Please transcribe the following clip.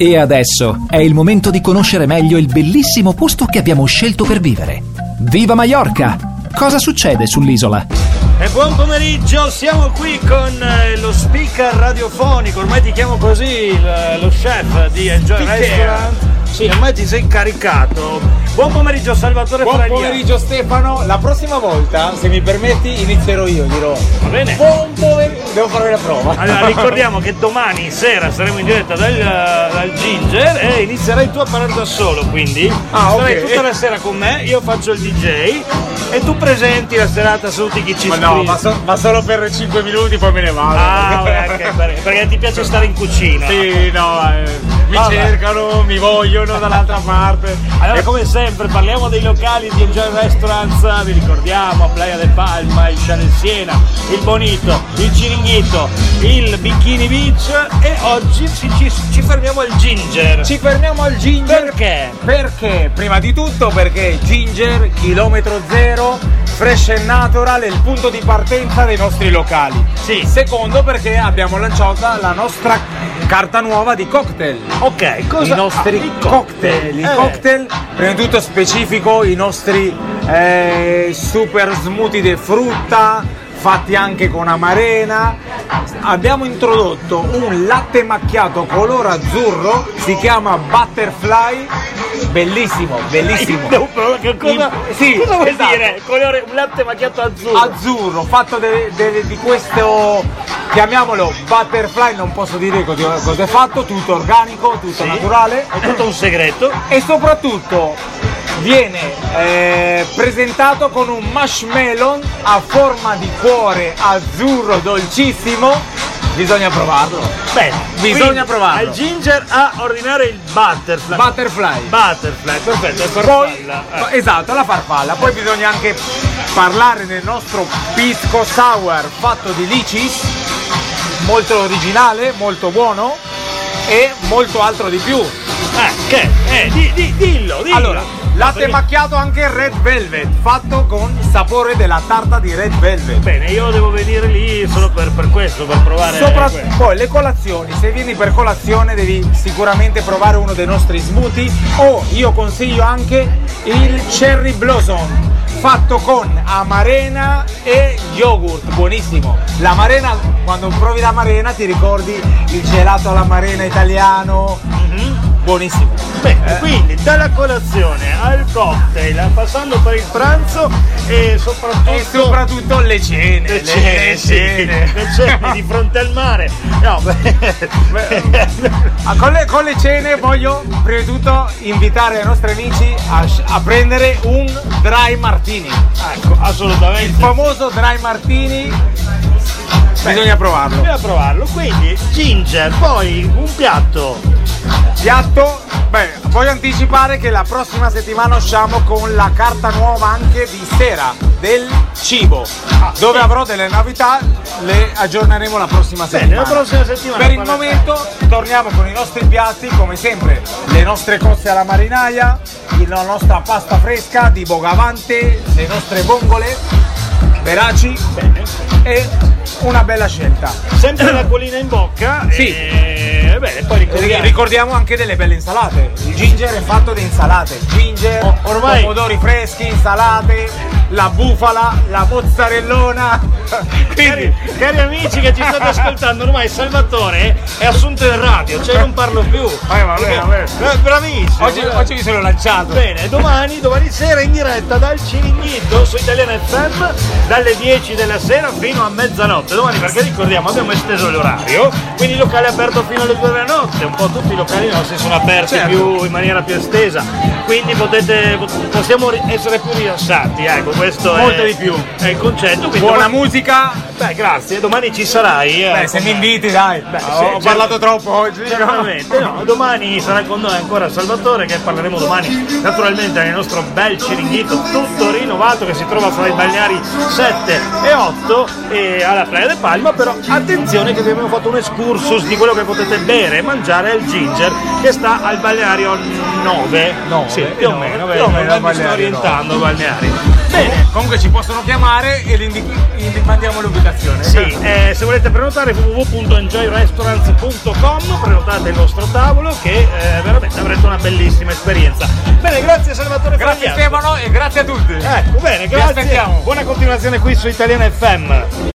E adesso è il momento di conoscere meglio il bellissimo posto che abbiamo scelto per vivere. Viva Maiorca! Cosa succede sull'isola? E buon pomeriggio, siamo qui con lo speaker radiofonico, ormai ti chiamo così, lo chef di Enjoy Restaurant. Sì, ormai ti sei caricato. Buon pomeriggio Salvatore Fraglia. Buon pomeriggio Stefano, la prossima volta, se mi permetti, inizierò io, dirò. Va bene. Buon pomeriggio, devo fare la prova. Allora ricordiamo che domani sera saremo in diretta dal Ginger e inizierai tu a parlare da solo, quindi sarai tutta la sera con me, io faccio il DJ e tu presenti la serata su tutti chi ci scrive. No, ma solo per 5 minuti poi me ne vado. Perché ti piace stare in cucina. Sì, mi cercano, mi vogliono dall'altra parte. Allora come sempre parliamo dei locali di Enjoy Restaurants, vi ricordiamo Playa de Palma, il Chalet Siena, il Bonito, il Ciringhito, il Bikini Beach e oggi ci fermiamo al Ginger. Ci fermiamo al Ginger. Perché? Perché? Prima di tutto perché Ginger, chilometro zero, fresh and natural, è il punto di partenza dei nostri locali. Sì. Secondo perché abbiamo lanciato la nostra carta nuova di cocktail. Ok, cosa? I nostri cocktail. I cocktail, prima di tutto specifico, i nostri super smoothie di frutta, fatti anche con amarena. Abbiamo introdotto un latte macchiato color azzurro, si chiama Butterfly, bellissimo. Cosa vuol dire? Colore, un latte macchiato azzurro? Azzurro, fatto di questo, chiamiamolo Butterfly, non posso dire cosa è fatto, tutto organico, tutto naturale. È tutto un segreto. E soprattutto viene presentato con un marshmallow a forma di cuore azzurro dolcissimo. Bisogna provarlo. Bene, bisogna provarlo. Al Ginger a ordinare il Butterfly, perfetto, farfalla. Esatto, la farfalla. Poi bisogna anche parlare del nostro pisco sour fatto di licis, molto originale, molto buono e molto altro di più. Dillo. Allora, latte macchiato anche Red Velvet, fatto con il sapore della tarta di Red Velvet. Bene, io devo venire lì solo per questo, per provare. Poi le colazioni, se vieni per colazione devi sicuramente provare uno dei nostri smoothie, o io consiglio anche il Cherry Blossom, fatto con amarena e yogurt, buonissimo. L'amarena, quando provi l'amarena ti ricordi il gelato all'amarena italiano. Buonissimo. Bene, quindi dalla colazione al cocktail, passando per il pranzo e soprattutto le cene. Le cene di fronte al mare. Con le cene voglio prima di tutto invitare i nostri amici a prendere un dry martini. Ecco, assolutamente. Il famoso dry martini. Bisogna provarlo. Quindi Ginger, poi un piatto. Voglio anticipare che la prossima settimana usciamo con la carta nuova anche di sera del cibo, dove avrò delle novità, le aggiorneremo la prossima settimana. Per il momento torniamo con i nostri piatti, come sempre, le nostre coste alla marinaia, la nostra pasta fresca di Bogavante, le nostre vongole, veraci e una bella scelta. Sempre l'acquolina in bocca. Sì. Poi ricordiamo anche delle belle insalate. Il Ginger è fatto di insalate. Ginger, pomodori freschi, insalate, la bufala, la mozzarellona. Quindi, cari amici che ci state ascoltando, ormai Salvatore è assunto in radio, cioè non parlo più. Vabbè. Bravissimo. Oggi mi sono lanciato. Bene, domani sera in diretta dal Ciringhito su Italiana FM dalle 10 della sera fino a mezzanotte. Domani, perché ricordiamo, abbiamo esteso l'orario, quindi il locale è aperto fino alle 2 della notte. Un po' tutti i locali nostri sono aperti in maniera più estesa, quindi possiamo essere più rilassati, ecco, questo molto di più è il concetto. Buona musica. Grazie, domani ci sarai. Se mi inviti, dai. Ho parlato troppo oggi. Certamente, domani sarà con noi ancora Salvatore, che parleremo domani naturalmente nel nostro bel Ciringhito tutto rinnovato che si trova fra i balneari 7 e 8 e alla Playa de Palma. Però attenzione che vi abbiamo fatto un excursus di quello che potete bere e mangiare al Ginger, che sta al balneario 9. Sì, più o meno, mi sto orientando al balneario. Bene. Comunque ci possono chiamare e gli mandiamo l'ubicazione. Sì, se volete prenotare www.enjoyrestaurants.com, prenotate il vostro tavolo che veramente avrete una bellissima esperienza. Bene, grazie Salvatore Fagliano. Grazie Stefano e grazie a tutti. Ecco, bene, grazie. Vi aspettiamo. Buona continuazione qui su Italiana FM.